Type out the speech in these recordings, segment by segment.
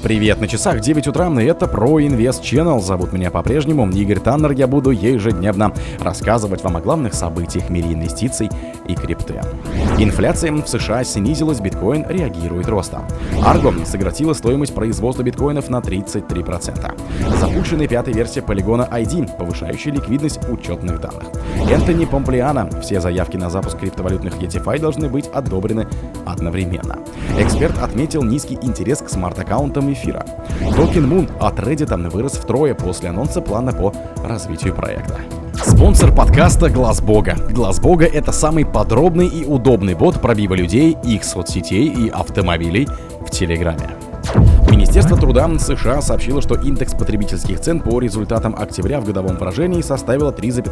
Привет, на часах 9 утра, и это ProInvest Channel. Зовут меня по-прежнему Игорь Таннер. Я буду ежедневно рассказывать вам о главных событиях в мире инвестиций и крипты. Инфляция в США снизилась, биткоин реагирует ростом. Argo сократила стоимость производства биткоинов на 33%. Запущена пятая версия полигона ID, повышающая ликвидность учетных данных. Энтони Помплиано: все заявки на запуск криптовалютных ETFI должны быть одобрены одновременно. Эксперт отметил низкий интерес к смарт-аккаунтам эфира. Токен Moon от Reddit вырос втрое после анонса плана по развитию проекта. Спонсор подкаста — Глаз Бога. Глаз Бога — это самый подробный и удобный бот пробива людей, их соцсетей и автомобилей в Телеграме. Министерство труда США сообщило, что индекс потребительских цен по результатам октября в годовом выражении составило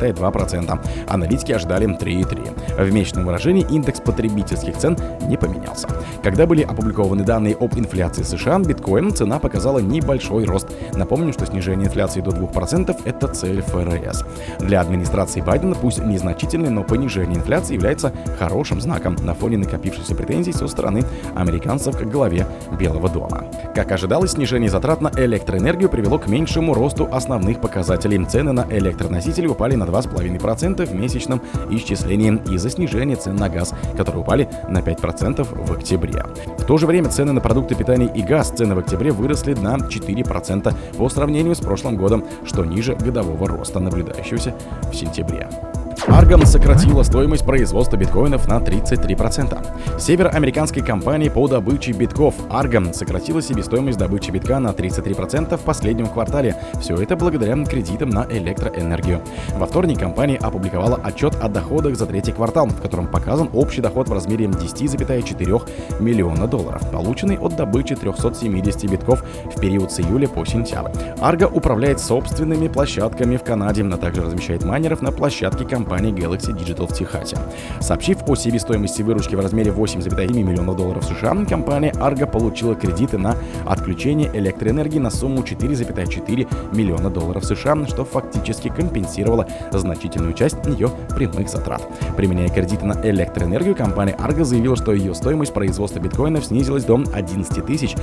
3,2%. Аналитики ожидали 3,3%. В месячном выражении индекс потребительских цен не поменялся. Когда были опубликованы данные об инфляции США, биткоин цена показала небольшой рост. Напомню, что снижение инфляции до 2% — это цель ФРС. Для администрации Байдена, пусть незначительный, но понижение инфляции является хорошим знаком на фоне накопившихся претензий со стороны американцев к главе Белого дома. Как ожидалось, снижение затрат на электроэнергию привело к меньшему росту основных показателей. Цены на электроносители упали на 2,5% в месячном исчислении из-за снижения цен на газ, которые упали на 5% в октябре. В то же время цены на продукты питания и газ цены в октябре выросли на 4% по сравнению с прошлым годом, что ниже годового роста, наблюдающегося в сентябре. Argo сократила стоимость производства биткоинов на 33%. Североамериканской компании по добыче битков Argo сократила себестоимость добычи битка на 33% в последнем квартале. Все это благодаря кредитам на электроэнергию. Во вторник компания опубликовала отчет о доходах за третий квартал, в котором показан общий доход в размере $10,4 миллиона, полученный от добычи 370 битков в период с июля по сентябрь. Argo управляет собственными площадками в Канаде, а также размещает майнеров на площадке компании Galaxy Digital в Техасе. Сообщив о себестоимости выручки в размере $8,7 миллиона США, компания Argo получила кредиты на отключение электроэнергии на сумму $4,4 миллиона США, что фактически компенсировало значительную часть ее прямых затрат. Применяя кредиты на электроэнергию, компания Argo заявила, что ее стоимость производства биткоинов снизилась до $11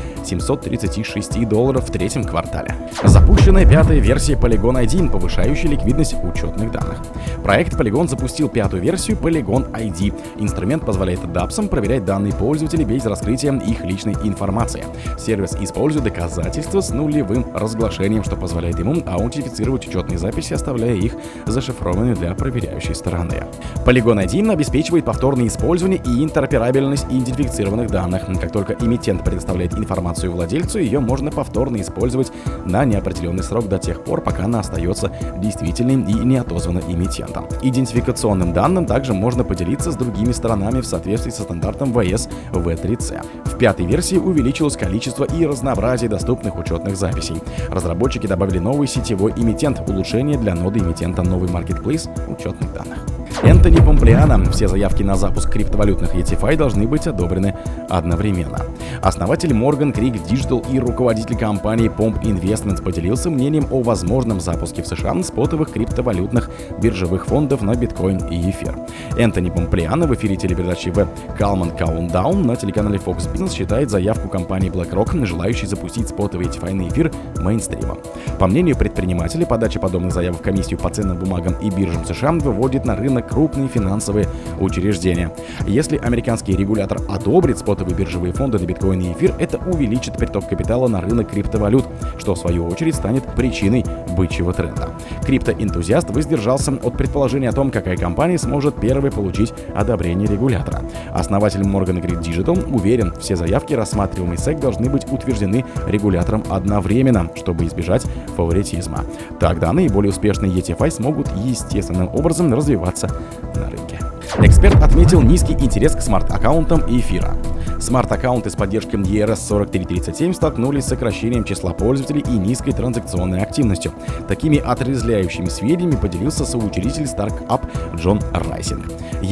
736 в третьем квартале. Запущена пятая версия Polygon ID, повышающая ликвидность учетных данных. Проект Polygon запустил пятую версию Polygon ID. Инструмент позволяет дапсам проверять данные пользователей без раскрытия их личной информации. Сервис использует доказательства с нулевым разглашением, что позволяет ему аутентифицировать учетные записи, оставляя их зашифрованными для проверяющей стороны. Polygon ID обеспечивает повторное использование и интероперабельность идентифицированных данных. Как только эмитент предоставляет информацию владельцу, ее можно повторно использовать на неопределенный срок до тех пор, пока она остается действительной и не отозвана эмитентом. Идентификационным данным также можно поделиться с другими сторонами в соответствии со стандартом ВС V3C. В пятой версии увеличилось количество и разнообразие доступных учетных записей. Разработчики добавили новый сетевой эмитент, улучшение для ноды эмитента, новый маркетплейс учетных данных. Энтони Помплиано: все заявки на запуск криптовалютных ETFI должны быть одобрены одновременно. Основатель Morgan Creek Digital и руководитель компании Pomp Investments поделился мнением о возможном запуске в США спотовых криптовалютных биржевых фондов на биткоин и эфир. Энтони Помплиано в эфире телепередачи The Calman Countdown на телеканале Fox Business считает заявку компании BlackRock, желающей запустить спотовый ETFI на эфир, мейнстримом. По мнению предпринимателей, подача подобных заявок в комиссию по ценным бумагам и биржам США выводит на рынок крупные финансовые учреждения. Если американский регулятор одобрит спотовые биржевые фонды на биткоин и эфир, это увеличит приток капитала на рынок криптовалют, что в свою очередь станет причиной бычьего тренда. Криптоэнтузиаст воздержался от предположения о том, какая компания сможет первой получить одобрение регулятора. Основатель Morgan Creek Digital уверен, все заявки, рассматриваемые SEC, должны быть утверждены регулятором одновременно, чтобы избежать фаворитизма. Тогда наиболее успешные ETFI смогут естественным образом развиваться на рынке. Эксперт отметил низкий интерес к смарт-аккаунтам эфира. Смарт-аккаунты с поддержкой ERS-4337 столкнулись с сокращением числа пользователей и низкой транзакционной активностью. Такими отрезвляющими сведениями поделился соучредитель стартап Джон Райсинг.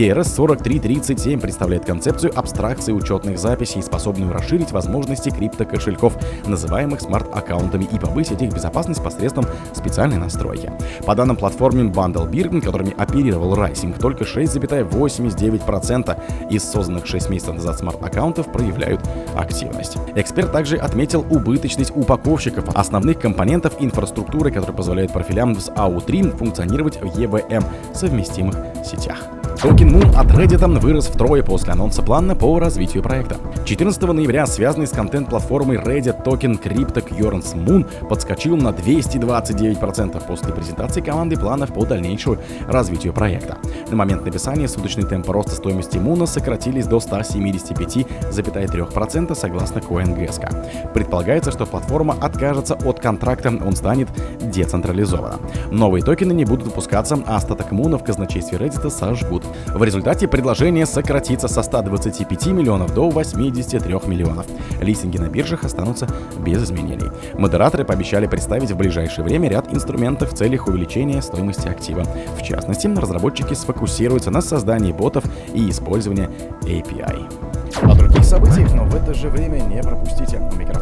ERS-4337 представляет концепцию абстракции учетных записей, способную расширить возможности криптокошельков, называемых смарт-аккаунтами, и повысить их безопасность посредством специальной настройки. По данным платформы BundleBear, которыми оперировал Райсинг, только 6,89% из созданных 6 месяцев назад смарт-аккаунтов ботов проявляют активность. Эксперт также отметил убыточность упаковщиков основных компонентов инфраструктуры, которые позволяют профилям с AU3 функционировать в EVM совместимых сетях. Токен Moon от Reddit вырос втрое после анонса плана по развитию проекта. 14 ноября связанный с контент-платформой Reddit токен CryptoCurrency Moon подскочил на 229% после презентации команды планов по дальнейшему развитию проекта. На момент написания суточные темпы роста стоимости Moon сократились до 175,3% согласно CoinGecko. Предполагается, что платформа откажется от контракта, он станет децентрализованным. Новые токены не будут выпускаться, а остаток Moon в казначействе Reddit сожгут. В результате предложение сократится со 125 миллионов до 83 миллионов. Листинги на биржах останутся без изменений. Модераторы пообещали представить в ближайшее время ряд инструментов в целях увеличения стоимости актива. В частности, разработчики сфокусируются на создании ботов и использовании API. О других событиях, но в это же время не пропустите.